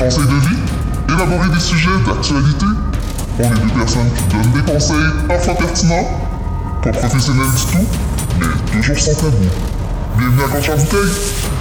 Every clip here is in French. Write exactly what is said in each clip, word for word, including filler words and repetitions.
conseils de vie, élaborer des sujets d'actualité. On est des personnes qui donnent des conseils parfois pertinents, pas professionnels du tout, mais toujours sans tabou. Bienvenue à Contre Bouteille!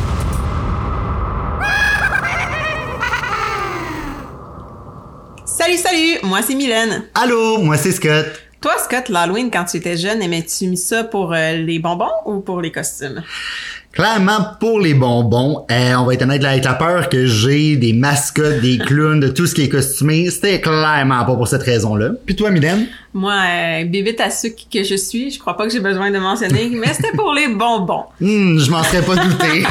Salut, salut! Moi, c'est Mylène. Allô, moi, c'est Scott. Toi, Scott, l'Halloween, quand tu étais jeune, aimais-tu mis ça pour euh, les bonbons ou pour les costumes? Clairement, pour les bonbons, euh, on va être honnête là, avec la peur que j'ai des mascottes, des clowns, de tout ce qui est costumé, c'était clairement pas pour cette raison-là. Puis toi, Mylène? Moi, euh, bébite à sucre que je suis, je crois pas que j'ai besoin de mentionner, mais c'était pour les bonbons. Hum, je m'en serais pas douté.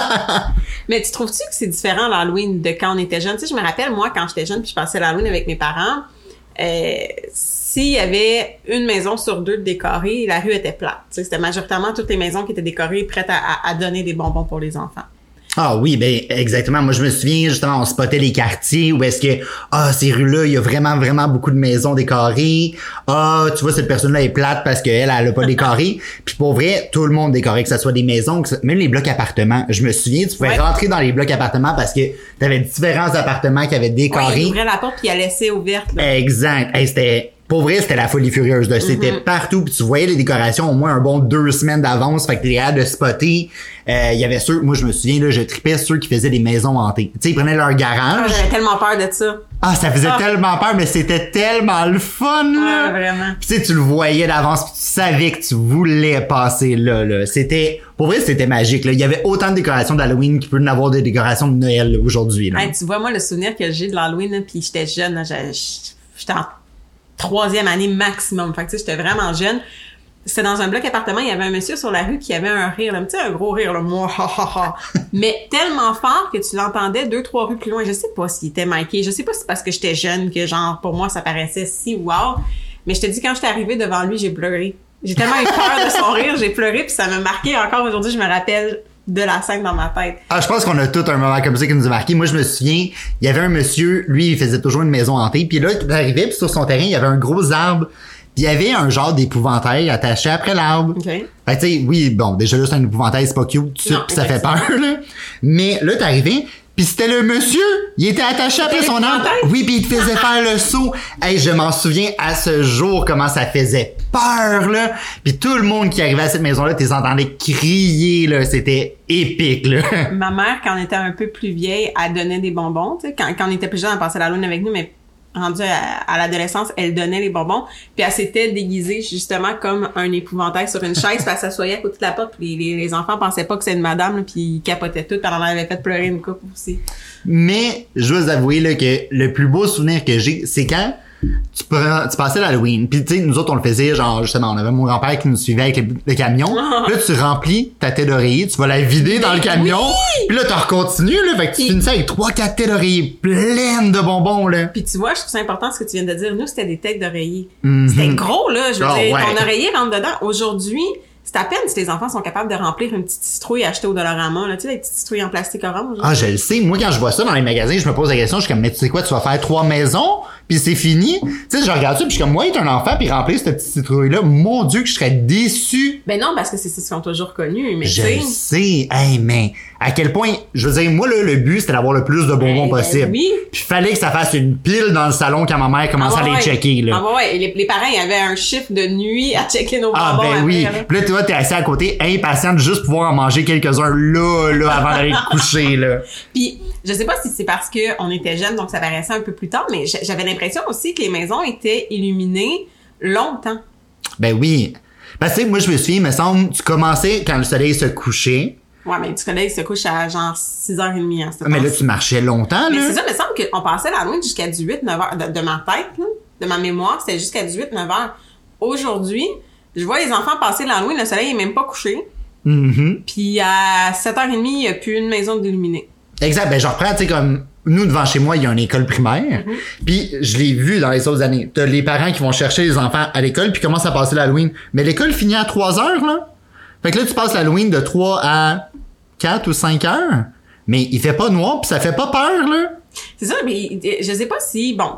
Mais tu trouves-tu que c'est différent l'Halloween de quand on était jeune? Tu sais, je me rappelle, moi, quand j'étais jeune puis je passais l'Halloween avec mes parents, euh, s'il y avait une maison sur deux décorée, la rue était plate. Tu sais, c'était majoritairement toutes les maisons qui étaient décorées, prêtes à, à, à donner des bonbons pour les enfants. Ah oui, ben exactement. Moi, je me souviens, justement, on spottait les quartiers où est-ce que, ah, ces rues-là, il y a vraiment, vraiment beaucoup de maisons décorées. Ah, tu vois, cette personne-là est plate parce qu'elle, elle a pas décoré. Puis pour vrai, tout le monde décorait, que ce soit des maisons, que ce... même les blocs appartements. Je me souviens, tu pouvais ouais. rentrer dans les blocs appartements parce que t'avais différents appartements qui avaient décoré. Ouais, il ouvrait la porte puis il la laissait ouverte. Là. Exact. Hey, c'était... Pour vrai, c'était la folie furieuse. Là. C'était mm-hmm. partout. Puis tu voyais les décorations au moins un bon deux semaines d'avance. Fait que t'es capable de spotter. Il euh, y avait ceux... Moi, je me souviens, là, je tripais ceux qui faisaient des maisons hantées. Tu sais, ils prenaient leur garage. Ah, j'avais tellement peur de ça. Ah, ça faisait ah. tellement peur, mais c'était tellement le fun, là. Ouais, vraiment. Puis tu sais, tu le voyais d'avance, puis tu savais que tu voulais passer là, là. C'était... Pour vrai, c'était magique, là. Il y avait autant de décorations d'Halloween qu'il peut y en avoir de décorations de Noël, là, aujourd'hui, là. Hey, tu vois, moi, le souvenir que j'ai de l'Halloween, là, puis j'étais jeune, là, j'étais en troisième année maximum. Fait que tu sais, j'étais vraiment jeune. C'était dans un bloc appartement, il y avait un monsieur sur la rue qui avait un rire, là, tu sais, un gros rire, là, moi, ha, ha, ha. Mais tellement fort que tu l'entendais deux, trois rues plus loin. Je sais pas s'il était miqué, je sais pas si c'est parce que j'étais jeune que, genre, pour moi, ça paraissait si wow. Mais je te dis, quand j'étais arrivée devant lui, j'ai pleuré. J'ai tellement eu peur de son rire, j'ai pleuré, puis ça m'a marqué encore aujourd'hui, je me rappelle de la scène dans ma tête. Ah, je pense qu'on a tout un moment comme ça qui nous a marqué. Moi, je me souviens, il y avait un monsieur, lui, il faisait toujours une maison hantée, puis là, il arrivait, puis sur son terrain, il y avait un gros arbre, puis il y avait un genre d'épouvantail attaché après l'arbre. Okay. Fait tu sais, oui, bon, déjà là, c'est un épouvantail, c'est pas cute, tout ça, pis ça fait peur, là. Mais là, t'es arrivé, pis c'était le monsieur, il était attaché après son arbre. Oui, pis il te faisait faire le saut. Hey, je m'en souviens à ce jour comment ça faisait peur, là. Pis tout le monde qui arrivait à cette maison-là, t'es entendais crier, là. C'était épique, là. Ma mère, quand on était un peu plus vieille, elle donnait des bonbons, tu sais. Quand, quand on était plus jeune, elle passait la lune avec nous, mais rendue à, à l'adolescence, elle donnait les bonbons, puis elle s'était déguisée justement comme un épouvantail sur une chaise, puis elle s'assoyait à côté de la porte, puis les, les, les enfants pensaient pas que c'était une madame, là, puis ils capotaient tout, puis elle en avait fait pleurer une couple aussi. Mais je dois vous avouer là, que le plus beau souvenir que j'ai, c'est quand tu, prends, tu passais l'Halloween, puis tu sais, nous autres on le faisait, genre justement, on avait mon grand-père qui nous suivait avec le, le camion, oh. Là tu remplis ta tête d'oreiller, tu vas la vider dans le camion, oui! Puis là tu continues, là, fait que tu finis ça avec trois quatre têtes d'oreiller pleines de bonbons, là. Puis tu vois, je trouve ça important ce que tu viens de dire, nous c'était des têtes d'oreiller. Mm-hmm. C'était gros, là, je veux oh, dire, ouais. ton oreiller rentre dedans. Aujourd'hui, c'est à peine si les enfants sont capables de remplir une petite citrouille achetée au Dollarama, là, tu sais, les petites citrouilles en plastique orange. Là. Ah, je le sais. Moi, quand je vois ça dans les magasins, je me pose la question, je suis comme, mais tu sais quoi, tu vas faire trois maisons, puis c'est fini. Tu sais, je regarde ça, puis je suis comme, moi, être un enfant, puis remplir cette petite citrouille-là, mon Dieu, que je serais déçu. Ben non, parce que c'est ce qu'ils sont toujours connus, mais je tu sais. Je sais. Hey, mais à quel point, je veux dire, moi, là, le but, c'était d'avoir le plus de bonbons hey, possible. Ben oui. Puis fallait que ça fasse une pile dans le salon quand ma mère commençait ah, ouais, à les checker, là. Ah, ouais, ouais. Les, les parents, il y avait un chiffre de nuit à checker nos bonbons. Ah, ben après, oui. Là. Puis là, tu vois, t'es assis à côté, impatient de juste pouvoir en manger quelques-uns là, là, avant d'aller te coucher, là. Puis, je sais pas si c'est parce que on était jeunes, donc ça paraissait un peu plus tard, mais j'avais l'impression aussi que les maisons étaient illuminées longtemps. Ben oui. Parce que, moi, je me souviens, il me semble, tu commençais quand le soleil se couchait. Ouais, mais du soleil se couche à genre six heures trente, hein, mais là, tu marchais longtemps, là. Mais c'est ça, il me semble qu'on passait la nuit jusqu'à dix-huit neuf heures. De, de ma tête, là, de ma mémoire, c'était jusqu'à dix-huit neuf heures. Aujourd'hui, je vois les enfants passer la nuit, le soleil est même pas couché. Mm-hmm. Puis à sept heures trente, il n'y a plus une maison d'illuminée. Exact. Ben, je reprends, tu sais, comme, nous, devant chez moi, il y a une école primaire. Mm-hmm. Puis je l'ai vu dans les autres années. T'as les parents qui vont chercher les enfants à l'école puis commencent à passer l'Halloween. Mais l'école finit à trois heures, là. Fait que là, tu passes l'Halloween de trois à quatre ou cinq heures. Mais il fait pas noir puis ça fait pas peur, là. C'est ça, mais je sais pas si, bon,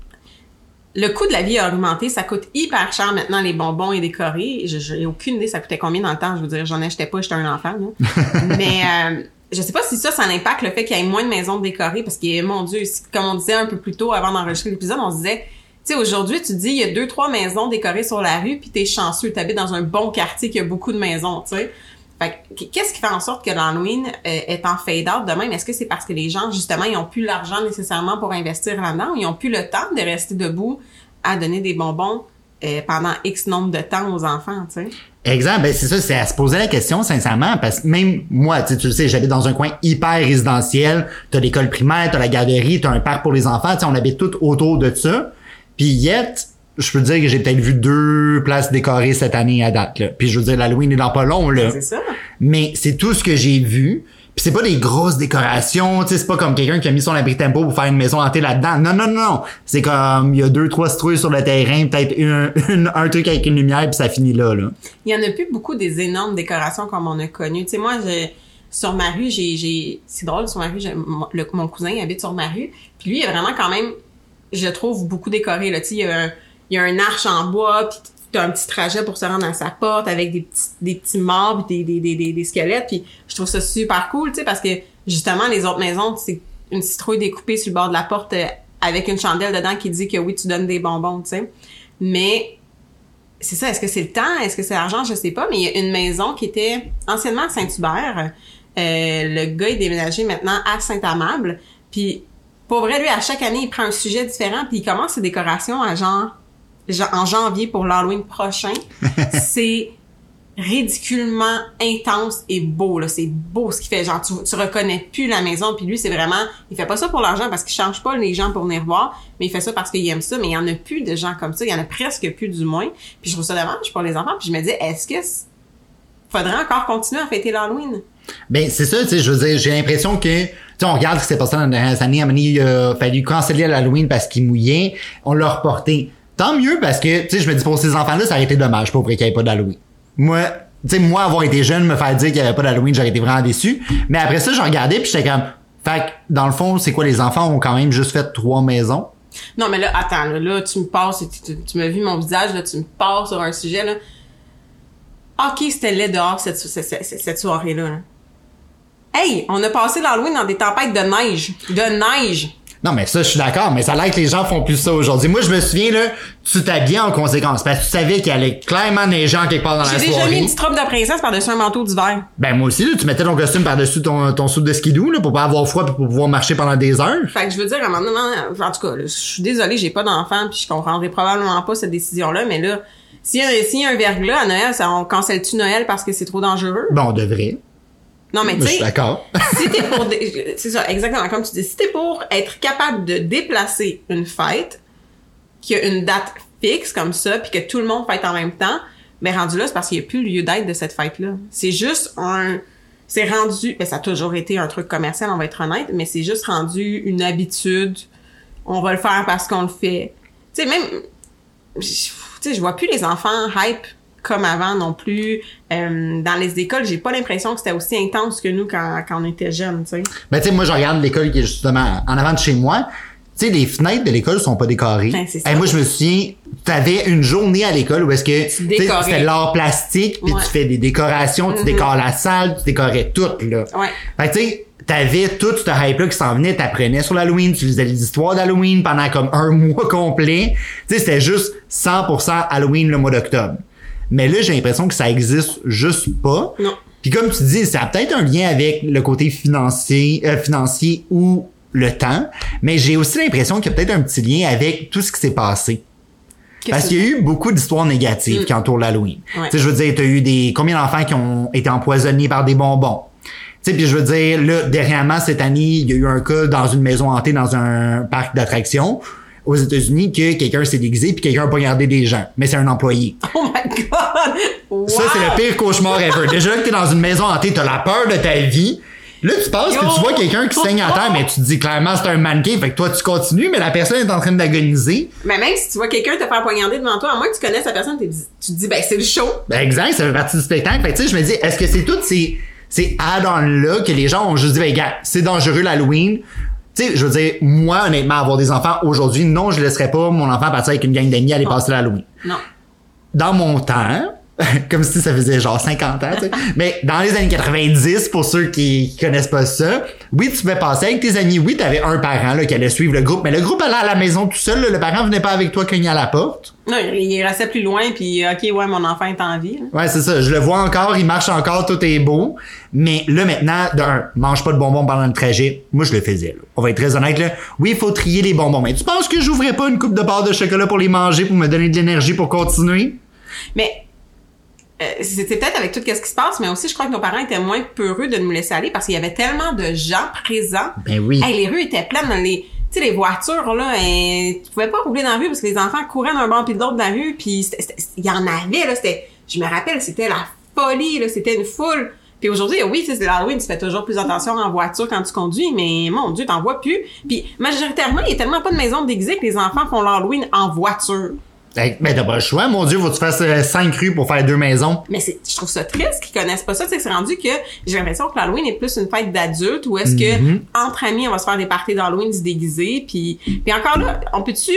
le coût de la vie a augmenté, ça coûte hyper cher maintenant les bonbons et décorés. Je, j'ai aucune idée ça coûtait combien dans le temps, je veux dire, j'en achetais pas, j'étais un enfant, là. Mais euh, je sais pas si ça, ça impacte le fait qu'il y ait moins de maisons décorées parce que, mon Dieu, comme on disait un peu plus tôt avant d'enregistrer l'épisode, on se disait, tu sais, aujourd'hui, tu dis, il y a deux, trois maisons décorées sur la rue puis t'es chanceux, t'habites dans un bon quartier qui a beaucoup de maisons, tu sais. Fait que, qu'est-ce qui fait en sorte que l'Halloween euh, est en fade-out de même? Est-ce que c'est parce que les gens, justement, ils ont plus l'argent nécessairement pour investir là-dedans ou ils ont plus le temps de rester debout à donner des bonbons euh, pendant X nombre de temps aux enfants, tu sais? Exemple, ben c'est ça, c'est à se poser la question sincèrement, parce que même moi, tu le sais, j'habite dans un coin hyper résidentiel, t'as l'école primaire, t'as la garderie, t'as un parc pour les enfants, tu sais, on habite tout autour de ça. Puis yet, je peux dire que j'ai peut-être vu deux places décorées cette année à date, là. Puis je veux dire, l'Halloween est dans pas long, là. C'est ça. Mais c'est tout ce que j'ai vu. Puis c'est pas des grosses décorations, tu sais, c'est pas comme quelqu'un qui a mis son abri tempo pour faire une maison hantée là-dedans. Non, non, non, non. C'est comme, il y a deux, trois citrouilles sur le terrain, peut-être une, une, un truc avec une lumière, puis ça finit là, là. Il y en a plus beaucoup des énormes décorations comme on a connu. Tu sais, moi, j'ai, sur ma rue, j'ai, j'ai, c'est drôle, sur ma rue, j'ai, mon, le, mon cousin il habite sur ma rue, puis lui, il est vraiment quand même, je trouve, beaucoup décoré, là. Tu sais, il y a un, il y a un arche en bois, puis t'as un petit trajet pour se rendre à sa porte avec des petits, des petits marbres, des, des, des, des, des squelettes, puis je trouve ça super cool, tu sais, parce que justement, les autres maisons, c'est une citrouille découpée sur le bord de la porte euh, avec une chandelle dedans qui dit que oui, tu donnes des bonbons, tu sais. Mais c'est ça, est-ce que c'est le temps, est-ce que c'est l'argent, je sais pas, mais il y a une maison qui était anciennement à Saint-Hubert. Euh, le gars est déménagé maintenant à Saint-Amable, puis pour vrai, lui, à chaque année, il prend un sujet différent, puis il commence ses décorations à genre en janvier pour l'Halloween prochain. C'est ridiculement intense et beau, là. C'est beau ce qu'il fait. Genre, tu, tu reconnais plus la maison. Puis lui, c'est vraiment... Il fait pas ça pour l'argent parce qu'il change pas les gens pour venir voir, mais il fait ça parce qu'il aime ça. Mais il y en a plus de gens comme ça. Il y en a presque plus, du moins. Puis je trouve ça dommage pour les enfants. Puis je me dis, est-ce que faudrait encore continuer à fêter l'Halloween? Ben, c'est ça, tu sais, je veux dire, j'ai l'impression que, tu sais, on regarde ce qui s'est passé dans les dernières années. À un moment donné, il a fallu canceller l'Halloween parce qu'il mouillait. On l'a reporté. Tant mieux parce que, tu sais, je me dis pour ces enfants-là, ça aurait été dommage pour qu'il n'y ait pas d'Halloween. Moi, tu sais, moi, avoir été jeune, me faire dire qu'il n'y avait pas d'Halloween, j'aurais été vraiment déçu. Mais après ça, je regardais puis j'étais comme, fait que, dans le fond, c'est quoi, les enfants ont quand même juste fait trois maisons? Non, mais là, attends, là, là tu me passes, tu, tu, tu m'as vu mon visage, là, tu me passes sur un sujet, là. Ok, c'était laid dehors, cette, cette, cette, cette soirée-là, là. Hey, on a passé l'Halloween dans des tempêtes de neige. De neige! Non, mais ça, je suis d'accord, mais ça a l'air que les gens font plus ça aujourd'hui. Moi, je me souviens, là, tu t'habillais en conséquence, parce que tu savais qu'il allait clairement neiger en quelque part dans la soirée. J'ai déjà mis une petite robe de princesse par-dessus un manteau d'hiver. Ben, moi aussi, là, tu mettais ton costume par-dessus ton, ton soude de skidoo, là, pour pas avoir froid pis pour pouvoir marcher pendant des heures. Fait que je veux dire, à un moment donné, en tout cas, là, je suis désolée, j'ai pas d'enfant pis je comprendrai probablement pas cette décision-là, mais là, s'il y a, s'il y a un verglas à Noël, ça, on cancelle-tu Noël parce que c'est trop dangereux? Ben, on devrait. Non, mais tu sais. Je suis d'accord. Si t'es pour, dé- c'est ça, exactement, comme tu dis, si t'es pour être capable de déplacer une fête, qui a une date fixe comme ça, puis que tout le monde fête en même temps, ben rendu là, c'est parce qu'il n'y a plus lieu d'être de cette fête-là. C'est juste un, c'est rendu, ben ça a toujours été un truc commercial, on va être honnête, mais c'est juste rendu une habitude. On va le faire parce qu'on le fait. Tu sais, même, tu sais, je vois plus les enfants hype comme avant non plus. Euh, dans les écoles, j'ai pas l'impression que c'était aussi intense que nous quand, quand on était jeunes, tu sais. Ben, tu sais, moi, je regarde l'école qui est justement en avant de chez moi. Tu sais, les fenêtres de l'école sont pas décorées. Ben, c'est ça. Et moi, je me souviens, t'avais une journée à l'école où est-ce que, tu sais, c'était l'art plastique, puis ouais. tu fais des décorations, tu mm-hmm. décores la salle, tu décorais tout, là. Ouais. Fait que, tu sais, t'avais tout ce hype-là qui s'en venait, t'apprenais sur l'Halloween, tu lisais les histoires d'Halloween pendant comme un mois complet. Tu sais, c'était juste cent pour cent Halloween le mois d'octobre. Mais là, j'ai l'impression que ça existe juste pas. Non. Puis comme tu dis, ça a peut-être un lien avec le côté financier, euh, financier ou le temps, mais j'ai aussi l'impression qu'il y a peut-être un petit lien avec tout ce qui s'est passé. Qu'est-ce Parce qu'il y a eu beaucoup d'histoires négatives mm. qui entourent l'Halloween. Ouais. Tu sais, je veux dire, t'as eu des combien d'enfants qui ont été empoisonnés par des bonbons. Tu sais, puis je veux dire, là, dernièrement, cette année, il y a eu un cas dans une maison hantée dans un parc d'attractions aux États-Unis que quelqu'un s'est déguisé puis quelqu'un a poignardé des gens. Mais c'est un employé. Oh my God! Wow. Ça, c'est le pire cauchemar ever. Déjà que t'es dans une maison hantée, t'as la peur de ta vie. Là, tu penses Yo. que tu vois quelqu'un qui saigne à terre, mais tu te dis clairement c'est un mannequin, fait que toi, tu continues, mais la personne est en train d'agoniser. Mais même si tu vois quelqu'un te faire poignarder devant toi, à moins que tu connaisses la personne, tu te dis, ben, c'est le show. Ben, exact, ça fait partie du spectacle. Fait que tu sais, je me dis, est-ce que c'est toutes ces, ces add-ons-là que les gens ont juste dit, ben, gars, c'est dangereux l'Halloween. Tu sais, je veux dire, moi, honnêtement, avoir des enfants aujourd'hui, non, je laisserais pas mon enfant partir avec une gang d'amis aller non. passer l'Halloween. Non. Dans mon temps, Comme si ça faisait genre cinquante ans, tu sais. Mais dans les années quatre-vingt-dix, pour ceux qui, qui connaissent pas ça, oui, tu pouvais passer avec tes amis. Oui, t'avais un parent là, qui allait suivre le groupe, mais le groupe allait à la maison tout seul. Là, le parent venait pas avec toi cogner à la porte. Non, il restait plus loin, puis OK, ouais, mon enfant est en vie. Là. Ouais, c'est ça. Je le vois encore, il marche encore, tout est beau. Mais là, maintenant, d'un, mange pas de bonbons pendant le trajet. Moi, je le faisais. Là. On va être très honnête. Là. Oui, il faut trier les bonbons. Mais tu penses que j'ouvrais pas une coupe de barre de chocolat pour les manger, pour me donner de l'énergie pour continuer? Mais euh, c'était peut-être avec tout ce qui se passe, mais aussi, je crois que nos parents étaient moins peureux de nous laisser aller parce qu'il y avait tellement de gens présents. Ben oui. Hey, les rues étaient pleines. Les, tu sais, les voitures, là, hein, tu pouvais pas rouler dans la rue parce que les enfants couraient d'un bord puis de l'autre de la rue, puis il y en avait, là, c'était, je me rappelle, c'était la folie, là, c'était une foule. Puis aujourd'hui, oui, c'est l'Halloween, tu fais toujours plus attention en voiture quand tu conduis, mais mon Dieu, t'en vois plus. Puis majoritairement, il y a tellement pas de maisons déguisées que les enfants font l'Halloween en voiture. Hey, mais t'as pas le choix, mon Dieu, faut que tu fasses euh, cinq rues pour faire deux maisons. Mais c'est, je trouve ça triste qu'ils connaissent pas ça. Tu sais, c'est rendu que j'ai l'impression que l'Halloween est plus une fête d'adultes où est-ce Mm-hmm. que entre amis, on va se faire des parties d'Halloween se déguiser. Puis, puis encore là, on peut-tu...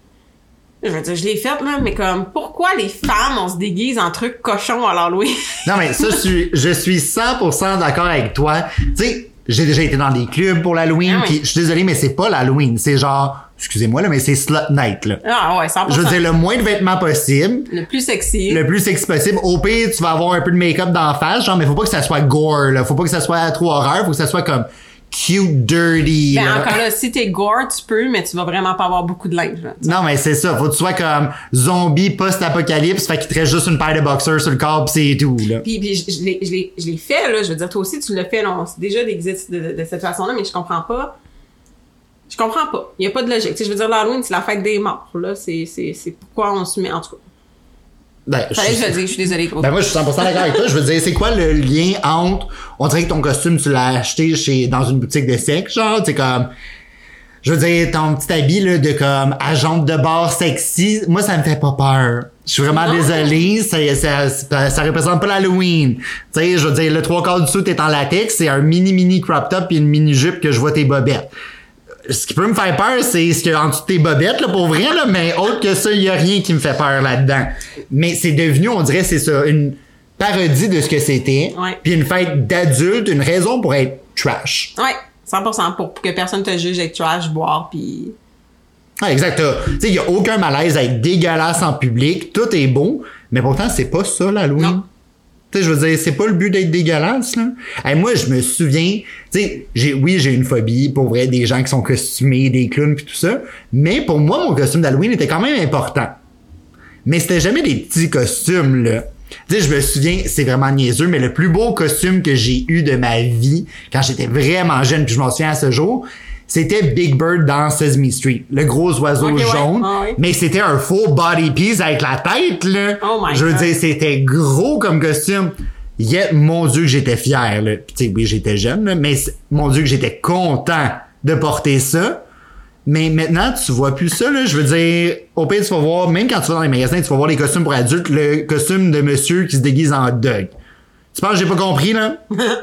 Je veux dire, je l'ai faite, là, mais comme, pourquoi les femmes, on se déguise en trucs cochons à l'Halloween? Non, mais ça, je suis, je suis cent pour cent d'accord avec toi. Tu sais, j'ai déjà été dans des clubs pour l'Halloween, Ah oui. pis je suis désolé, mais c'est pas l'Halloween. C'est genre, excusez-moi, là, mais c'est Slut Night, là. Ah ouais, cent pour cent. Je veux dire, le moins de vêtements possible. Le plus sexy. Le plus sexy possible. Au pire, tu vas avoir un peu de make-up d'en face, genre, mais faut pas que ça soit gore, là. Faut pas que ça soit trop horreur, faut que ça soit comme cute, dirty, Ben, là. encore là, si t'es gore, tu peux, mais tu vas vraiment pas avoir beaucoup de linge, là. Non, mais c'est ça. Faut que tu sois comme zombie post-apocalypse, fait qu'il te reste juste une paire de boxers sur le corps pis c'est tout, là. Puis, puis je, je l'ai, je l'ai, je l'ai fait, là. Je veux dire, toi aussi, tu l'as fait, là. On s'est déjà déguisé de, de, de cette façon-là, mais je comprends pas. Je comprends pas. Il y a pas de logique. Tu sais, je veux dire, l'Halloween, c'est la fête des morts, là. C'est, c'est, c'est pourquoi on se met, en tout cas. Ben, Fallait que je le dise, je suis désolée, gros. Ben moi, je suis cent pour cent d'accord avec toi. Je veux dire, c'est quoi le lien entre... On dirait que ton costume, tu l'as acheté chez dans une boutique de sexe, genre, c'est comme... Je veux dire, ton petit habit, là, de comme agente de bar sexy, moi, ça me fait pas peur. Je suis vraiment Non. désolé, ça, ça, ça, ça représente pas l'Halloween. Tu sais, je veux dire, le trois quarts du suit est en latex, c'est un mini-mini crop top et une mini-jupe que je vois tes bobettes. Ce qui peut me faire peur, c'est ce qu'il y a en dessous de tes bobettes, là, pour vrai, là, mais autre que ça, il y a rien qui me fait peur là-dedans. Mais c'est devenu, on dirait, c'est ça, une parodie de ce que c'était, Ouais. puis une fête d'adulte, une raison pour être trash. Ouais, cent pour cent pour que personne te juge être trash, boire, puis... Ah, exact. Tu sais, il y a aucun malaise à être dégueulasse en public, tout est beau, mais pourtant, c'est pas ça, l'Halloween. Non. Tu sais, je veux dire, c'est pas le but d'être dégueulasse, là. Hey, moi, je me souviens, tu sais, j'ai, oui, j'ai une phobie, pour vrai, des gens qui sont costumés, des clowns pis tout ça. Mais pour moi, mon costume d'Halloween était quand même important. Mais c'était jamais des petits costumes, là. Tu sais, je me souviens, c'est vraiment niaiseux, mais le plus beau costume que j'ai eu de ma vie, quand j'étais vraiment jeune, puis je m'en souviens à ce jour, c'était Big Bird dans Sesame Street. Le gros oiseau Ok, ouais. jaune. Ah ouais. Mais c'était un full body piece avec la tête, là. Oh my je veux God. dire, c'était gros comme costume. Yeah, mon Dieu que j'étais fier, là. Puis tu sais, oui, j'étais jeune, là, mais c'est- mon Dieu que j'étais content de porter ça. Mais maintenant, tu vois plus ça, là. Je veux dire, au pire, tu vas voir, même quand tu vas dans les magasins, tu vas voir les costumes pour adultes, le costume de monsieur qui se déguise en hot dog. Tu penses que j'ai pas compris, là?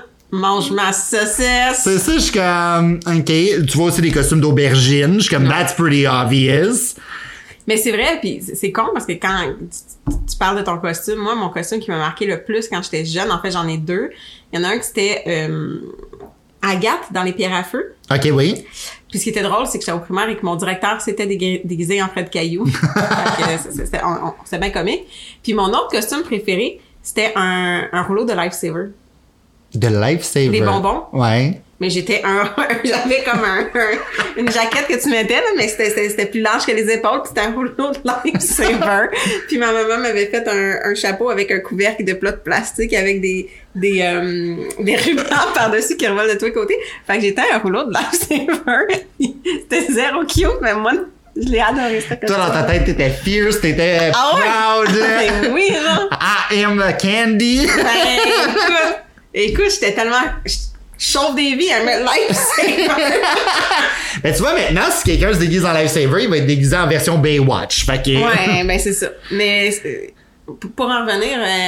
Mange ma saucisse! C'est ça, je suis comme, ok. Tu vois aussi des costumes d'aubergine. Je suis comme, that's pretty obvious. Mais c'est vrai, puis c'est c'est con parce que quand tu, tu parles de ton costume, moi, mon costume qui m'a marqué le plus quand j'étais jeune, en fait, j'en ai deux. Il y en a un qui c'était euh, Agathe dans Les Pierres à feu. Ok, oui. Puis ce qui était drôle, c'est que j'étais au primaire et que mon directeur s'était dégui- déguisé en Fred Caillou. Fait que c'est- c'était on- on- c'était bien comique. Puis mon autre costume préféré, c'était un, un rouleau de Lifesaver. De Lifesaver. Les bonbons. Ouais. Mais j'étais un, j'avais comme un, un- une jaquette que tu mettais, là, mais c'était, c'était, c'était plus large que les épaules, puis c'était un rouleau de Lifesaver. Puis ma maman m'avait fait un, un chapeau avec un couvercle de plats de plastique avec des, des, euh, des rubans par-dessus qui revolent de tous les côtés. Fait que j'étais un rouleau de Lifesaver. C'était zéro cute, mais moi, je l'ai adoré, cette Toi, dans ta tête, t'étais fierce, t'étais Ah ouais? proud, là. Ben oui, genre. I am the candy. Ben, écoute, écoute, j'étais tellement... Je chauffe des vies, elle met Lifesaver. Ben, tu vois, maintenant, si quelqu'un se déguise en Lifesaver, il va être déguisé en version Baywatch. Fait que... Ouais, ben c'est ça. Mais euh, pour pour en revenir, euh,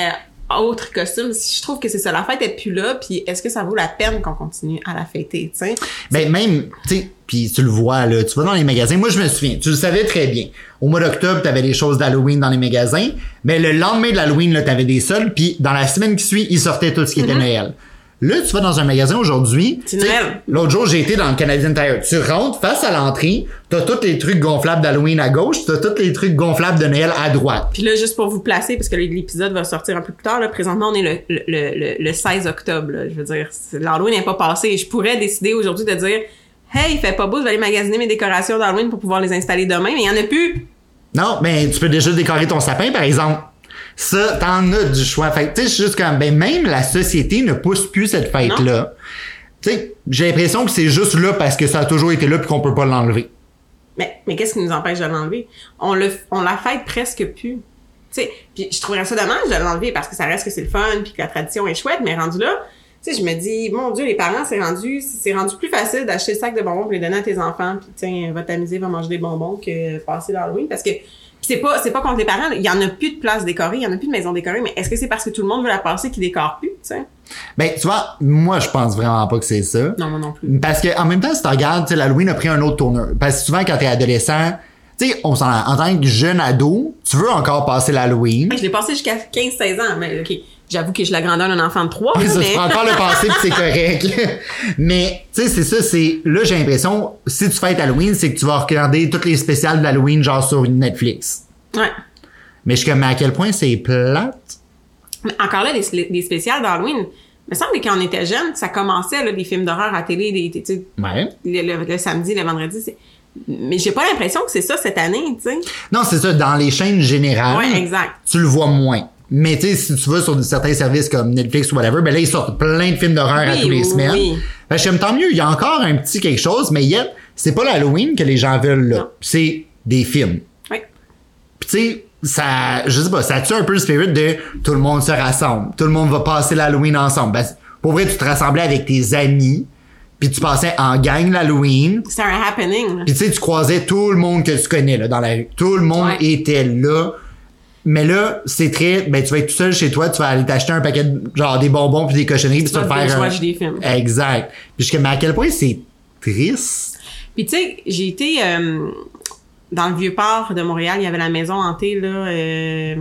autres costumes. Je trouve que c'est ça. La fête est plus là, puis est-ce que ça vaut la peine qu'on continue à la fêter, tu sais? Ben, même, tu sais, puis tu le vois, là, tu vas dans les magasins. Moi, je me souviens, tu le savais très bien. Au mois d'octobre, t'avais des choses d'Halloween dans les magasins, mais le lendemain de l'Halloween, là, t'avais des soldes, puis dans la semaine qui suit, ils sortaient tout ce qui était mm-hmm. Noël. Là, tu vas dans un magasin aujourd'hui. C'est Noël. L'autre jour, j'ai été dans le Canadian Tire. Tu rentres face à l'entrée, t'as tous les trucs gonflables d'Halloween à gauche, t'as tous les trucs gonflables de Noël à droite. Puis là, juste pour vous placer, parce que l'épisode va sortir un peu plus tard, là, présentement, on est le, le, le, le seize octobre. Là, je veux dire, l'Halloween n'est pas passé. Je pourrais décider aujourd'hui de dire « Hey, il fait pas beau, je vais aller magasiner mes décorations d'Halloween pour pouvoir les installer demain. » Mais il y en a plus. Non, mais tu peux déjà décorer ton sapin, par exemple. Ça, t'en as du choix. Fait tu sais, je suis juste comme, ben, même la société ne pousse plus cette fête-là. Tu sais, j'ai l'impression que c'est juste là parce que ça a toujours été là puis qu'on peut pas l'enlever. Mais, mais qu'est-ce qui nous empêche de l'enlever? On le, on la fête presque plus. Tu sais, puis je trouverais ça dommage de l'enlever parce que ça reste que c'est le fun puis que la tradition est chouette, mais rendu là, tu sais, je me dis, mon Dieu, les parents, c'est rendu, c'est rendu plus facile d'acheter le sac de bonbons pour les donner à tes enfants puis tiens, va t'amuser, va manger des bonbons que passer l'Halloween parce que c'est pas, c'est pas contre les parents. Il y en a plus de place décorée, il y en a plus de maisons décorées, mais est-ce que c'est parce que tout le monde veut la passer qu'ils décorent plus, tu sais? Ben, tu vois, moi, je pense vraiment pas que c'est ça. Non, moi non plus. Parce que, en même temps, si tu regardes, tu sais, l'Halloween a pris un autre tourneur. Parce que souvent, quand t'es adolescent, tu sais, on s'en, en tant que jeune ado, tu veux encore passer l'Halloween. Je l'ai passé jusqu'à quinze seize ans, mais OK. J'avoue que j'ai la grandeur d'un enfant de trois. Oui, ça, mais... tu peux encore le passer pis c'est correct. Mais, tu sais, c'est ça, c'est, là, j'ai l'impression, si tu fêtes Halloween, c'est que tu vas regarder toutes les spéciales d'Halloween, genre sur Netflix. Ouais. Mais je suis comme, à quel point c'est plate? Mais encore là, des, des spéciales d'Halloween. Il me semble que quand on était jeune, ça commençait, là, des films d'horreur à télé, des, tu sais, ouais. le, le, le samedi, le vendredi, c'est... Mais j'ai pas l'impression que c'est ça cette année, tu sais. Non, c'est ça, dans les chaînes générales. Ouais, exact. Tu le vois moins. Mais tu sais, si tu vas sur certains services comme Netflix ou whatever, ben là, ils sortent plein de films d'horreur oui, à tous les semaines. Oui. Ben, je me tant mieux, il y a encore un petit quelque chose, mais yet, c'est pas l'Halloween que les gens veulent là. Non. C'est des films. Oui. Puis tu sais, ça, je sais pas, ça tue un peu le spirit de tout le monde se rassemble. Tout le monde va passer l'Halloween ensemble. Ben, pour vrai, tu te rassemblais avec tes amis, puis tu passais en gang l'Halloween. C'était un happening. Puis tu sais, tu croisais tout le monde que tu connais là dans la rue. Tout le monde ouais. était là. Mais là, c'est très, ben, tu vas être tout seul chez toi, tu vas aller t'acheter un paquet de, genre, des bonbons puis des cochonneries puis tu vas te faire un... des films. Exact. Puis je mais à quel point c'est triste. Puis tu sais, j'ai été, euh, dans le Vieux-Port de Montréal, il y avait la maison hantée, là, euh,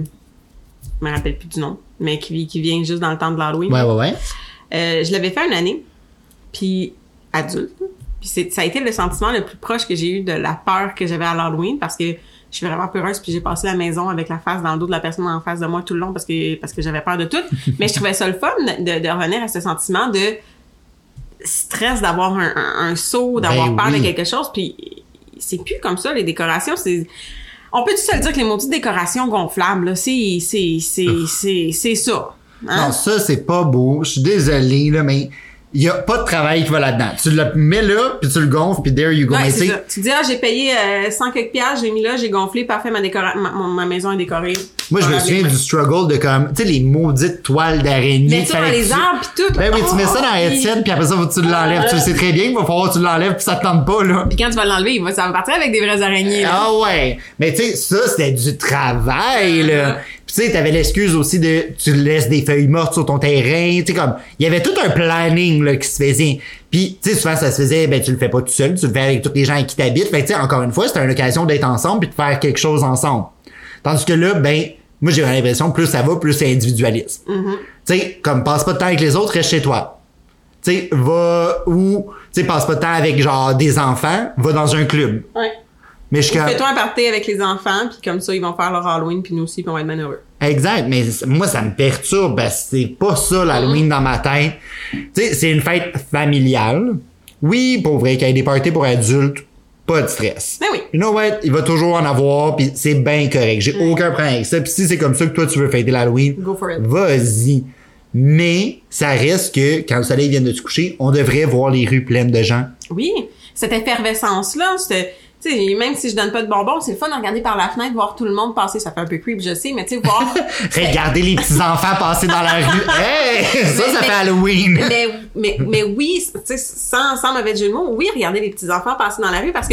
je me rappelle plus du nom, mais qui, qui vient juste dans le temps de l'Halloween. Ouais, ouais, ouais. Euh, je l'avais fait une année, puis adulte. Puis c'est, ça a été le sentiment le plus proche que j'ai eu de la peur que j'avais à l'Halloween parce que je suis vraiment peureuse puis j'ai passé la maison avec la face dans le dos de la personne en face de moi tout le long parce que parce que j'avais peur de tout. Mais je trouvais ça le fun de, de revenir à ce sentiment de stress d'avoir un, un, un saut, d'avoir ben peur oui. de quelque chose. Puis c'est plus comme ça les décorations. C'est on peut tout se le dire que les maudites décorations gonflables là, c'est c'est c'est c'est c'est ça. Hein? Non, ça c'est pas beau. Je suis désolée là, mais il y a pas de travail qui va là-dedans. Tu le mets là, puis tu le gonfles, puis there you go. Ouais, mais c'est ça. Tu dis, ah, j'ai payé euh, cent quelques piastres, j'ai mis là, j'ai gonflé, parfait, ma, décora- ma, ma maison est décorée. Moi, je me souviens du struggle de comme, tu sais, les maudites toiles d'araignée. Mais ça dans les tu... arbres, puis tout. Ben oui, oh, tu mets ça dans la headset, puis après ça, tu l'enlèves. Euh... Tu le sais très bien qu'il va falloir que tu l'enlèves, puis ça te tente pas, là. Puis quand tu vas l'enlever, il va, ça va partir avec des vraies araignées, là. Ah ouais. Mais tu sais, ça, c'était du travail, là. Puis tu sais, t'avais l'excuse aussi de tu laisses des feuilles mortes sur ton terrain, tu sais comme il y avait tout un planning là qui se faisait. Puis tu sais souvent ça se faisait ben tu le fais pas tout seul, tu le fais avec tous les gens avec qui t'habites. Fait que tu sais encore une fois, c'était une occasion d'être ensemble puis de faire quelque chose ensemble. Tandis que là ben moi j'ai l'impression plus ça va plus c'est individualiste. Mm-hmm. Tu sais comme passe pas de temps avec les autres, reste chez toi. Tu sais va ou tu sais passe pas de temps avec genre des enfants, va dans un club. Ouais. Mais je fais-toi un party avec les enfants, puis comme ça, ils vont faire leur Halloween, puis nous aussi, puis on va être bien heureux. Exact, mais moi, ça me perturbe, parce que c'est pas ça, l'Halloween, mm-hmm. dans ma tête. Tu sais, c'est une fête familiale. Oui, pour vrai, qu'il y ait des parties pour adultes, pas de stress. Mais oui. You know what? Il va toujours en avoir, puis c'est bien correct. J'ai mm. aucun problème avec ça. Puis si c'est comme ça que toi, tu veux fêter l'Halloween, go for it. Vas-y. Mais ça reste que, quand le soleil vient de se coucher, on devrait voir les rues pleines de gens. Oui, cette effervescence-là, c'était... Tu sais, même si je donne pas de bonbons, c'est le fun de regarder par la fenêtre, voir tout le monde passer. Ça fait un peu creep, je sais, mais tu sais, voir... Regarder les petits-enfants passer dans la rue. Hey! Ça, mais, ça mais, fait Halloween! Mais, mais, mais oui, tu sais, sans, sans mauvais jeu de mots, oui, regarder les petits-enfants passer dans la rue parce que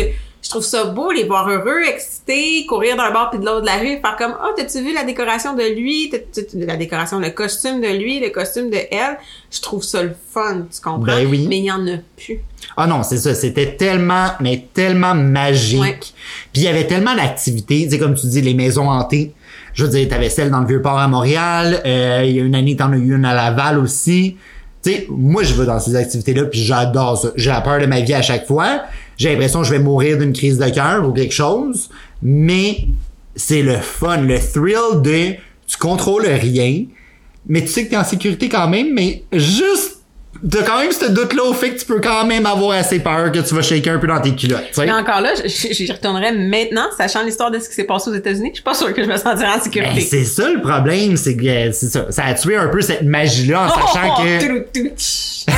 je trouve ça beau, les voir heureux, excités, courir d'un bord puis de l'autre de la rue, faire comme, oh, t'as-tu vu la décoration de lui, t'as-tu, la décoration, le costume de lui, le costume de elle. Je trouve ça le fun, tu comprends? Ben oui. Mais il y en a plus. Ah non, c'est ça, c'était tellement, mais tellement magique. Ouais. Puis il y avait tellement d'activités, tu sais, comme tu dis, les maisons hantées. Je veux dire, t'avais celle dans le Vieux-Port à Montréal, euh, il y a une année, t'en as eu une à Laval aussi. Tu sais, moi, je vais dans ces activités-là, puis j'adore ça. J'ai la peur de ma vie à chaque fois. J'ai l'impression que je vais mourir d'une crise de cœur ou quelque chose. Mais c'est le fun, le thrill de tu contrôles rien, mais tu sais que t'es en sécurité quand même, mais juste t'as quand même ce doute-là au fait que tu peux quand même avoir assez peur que tu vas shaker un peu dans tes culottes. T'sais. Mais encore là, j'y retournerais maintenant, sachant l'histoire de ce qui s'est passé aux États-Unis. Je suis pas sûre que je me sentirais en sécurité. Ben, c'est ça le problème, c'est que c'est ça. Ça a tué un peu cette magie-là en oh, sachant oh, que. Tout,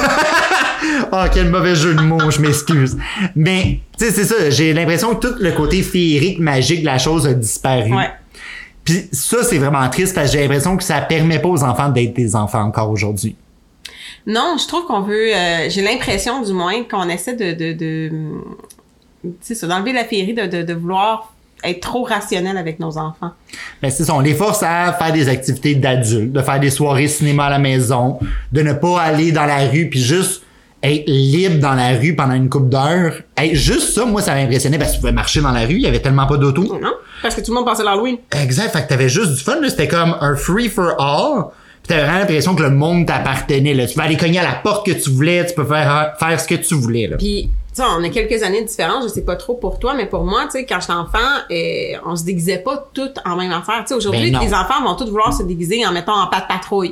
Oh, quel mauvais jeu de mots, je m'excuse. Mais, tu sais, c'est ça, j'ai l'impression que tout le côté féerique, magique de la chose a disparu. Ouais. Puis ça, c'est vraiment triste parce que j'ai l'impression que ça permet pas aux enfants d'être des enfants encore aujourd'hui. Non, je trouve qu'on veut... Euh, j'ai l'impression, du moins, qu'on essaie de... de, de tu sais, ça, d'enlever la féerie, de, de, de vouloir être trop rationnel avec nos enfants. Ben c'est ça, on les force à faire des activités d'adultes, de faire des soirées cinéma à la maison, de ne pas aller dans la rue puis juste être libre dans la rue pendant une couple d'heures. Hey, juste ça, moi, ça m'impressionnait parce que tu pouvais marcher dans la rue, il y avait tellement pas d'auto. Non, parce que tout le monde passait l'Halloween. Exact, fait que t'avais juste du fun, là, c'était comme un free for all. Puis t'avais vraiment l'impression que le monde t'appartenait, là. Tu peux aller cogner à la porte que tu voulais, tu peux faire, faire ce que tu voulais, là. Puis, tu sais, on a quelques années de différence, je sais pas trop pour toi, mais pour moi, tu sais, quand j'étais enfant, euh, on se déguisait pas toutes en même affaire. Tu sais, aujourd'hui, Ben les enfants vont tous vouloir se déguiser en mettant en patte patrouille.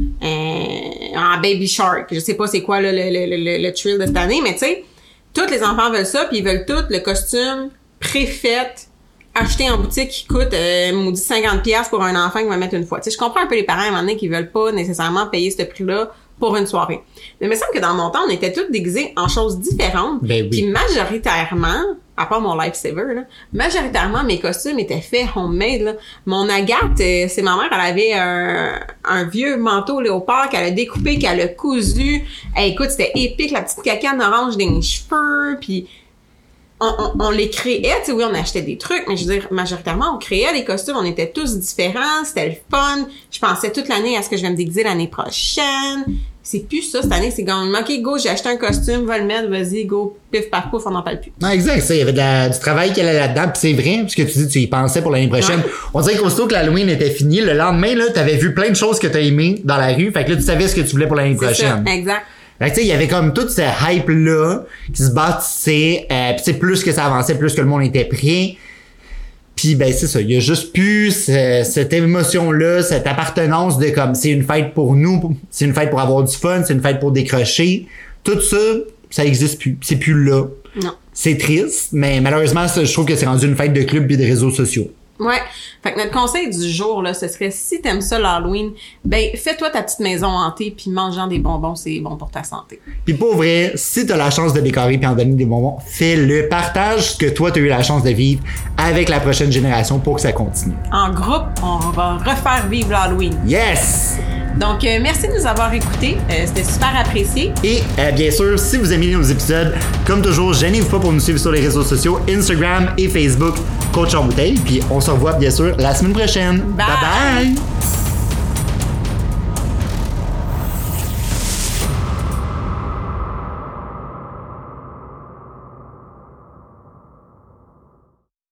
Euh, en Baby Shark. Je sais pas c'est quoi là, le, le, le, le thrill de cette année, mais tu sais, tous les enfants veulent ça, puis ils veulent tout le costume préfait acheté en boutique qui coûte euh, maudit cinquante piastres pour un enfant qui va mettre une fois. Tu sais, je comprends un peu les parents à un moment donné qui veulent pas nécessairement payer ce prix-là pour une soirée. Mais il me semble que dans mon temps, on était tous déguisés en choses différentes. Ben oui. Puis majoritairement, à part mon lifesaver, là, majoritairement, mes costumes étaient faits homemade, là. Mon Agathe, euh, c'est ma mère, elle avait un, un vieux manteau léopard qu'elle a découpé, qu'elle a cousu. Hey, écoute, c'était épique, la petite cacane orange dans les cheveux, puis on, on, on les créait, tu sais, oui, on achetait des trucs, mais je veux dire, majoritairement, on créait les costumes, on était tous différents, c'était le fun. Je pensais toute l'année à ce que je vais me déguiser l'année prochaine. C'est plus ça, cette année, c'est comme, OK, go, j'ai acheté un costume, va le mettre, vas-y, go, pif, paf, pouf, on n'en parle plus. Non, exact, ça, il y avait de la, du travail qu'elle avait là-dedans, pis c'est vrai, parce que tu dis, tu y pensais pour l'année prochaine. Ouais. On dirait qu'aussitôt que l'Halloween était fini, le lendemain, là, t'avais vu plein de choses que t'as aimées dans la rue, fait que là, tu savais ce que tu voulais pour l'année c'est prochaine. Ça, exact. Fait que tu sais, il y avait comme toute cette hype-là qui se bâtissait, euh, pis tu sais, plus que ça avançait, plus que le monde était prêt. Puis ben c'est ça, il y a juste plus ce, cette émotion-là, cette appartenance de comme c'est une fête pour nous, c'est une fête pour avoir du fun, c'est une fête pour décrocher. Tout ça, ça existe plus. C'est plus là. Non. C'est triste, mais malheureusement, ça, je trouve que c'est rendu une fête de club et de réseaux sociaux. Ouais. Fait que notre conseil du jour, là, ce serait, si t'aimes ça l'Halloween, ben, fais-toi ta petite maison hantée puis mangeant des bonbons, c'est bon pour ta santé. Puis pour vrai, si t'as la chance de décorer puis en donner des bonbons, fais-le. Partage ce que toi t'as eu la chance de vivre avec la prochaine génération pour que ça continue. En groupe, on va refaire vivre l'Halloween. Yes! Donc, euh, merci de nous avoir écoutés. Euh, c'était super apprécié. Et euh, bien sûr, si vous aimez nos épisodes, comme toujours, gênez-vous pas pour nous suivre sur les réseaux sociaux, Instagram et Facebook, Coach en bouteille. Puis on se revoit bien sûr la semaine prochaine. Bye! Bye bye!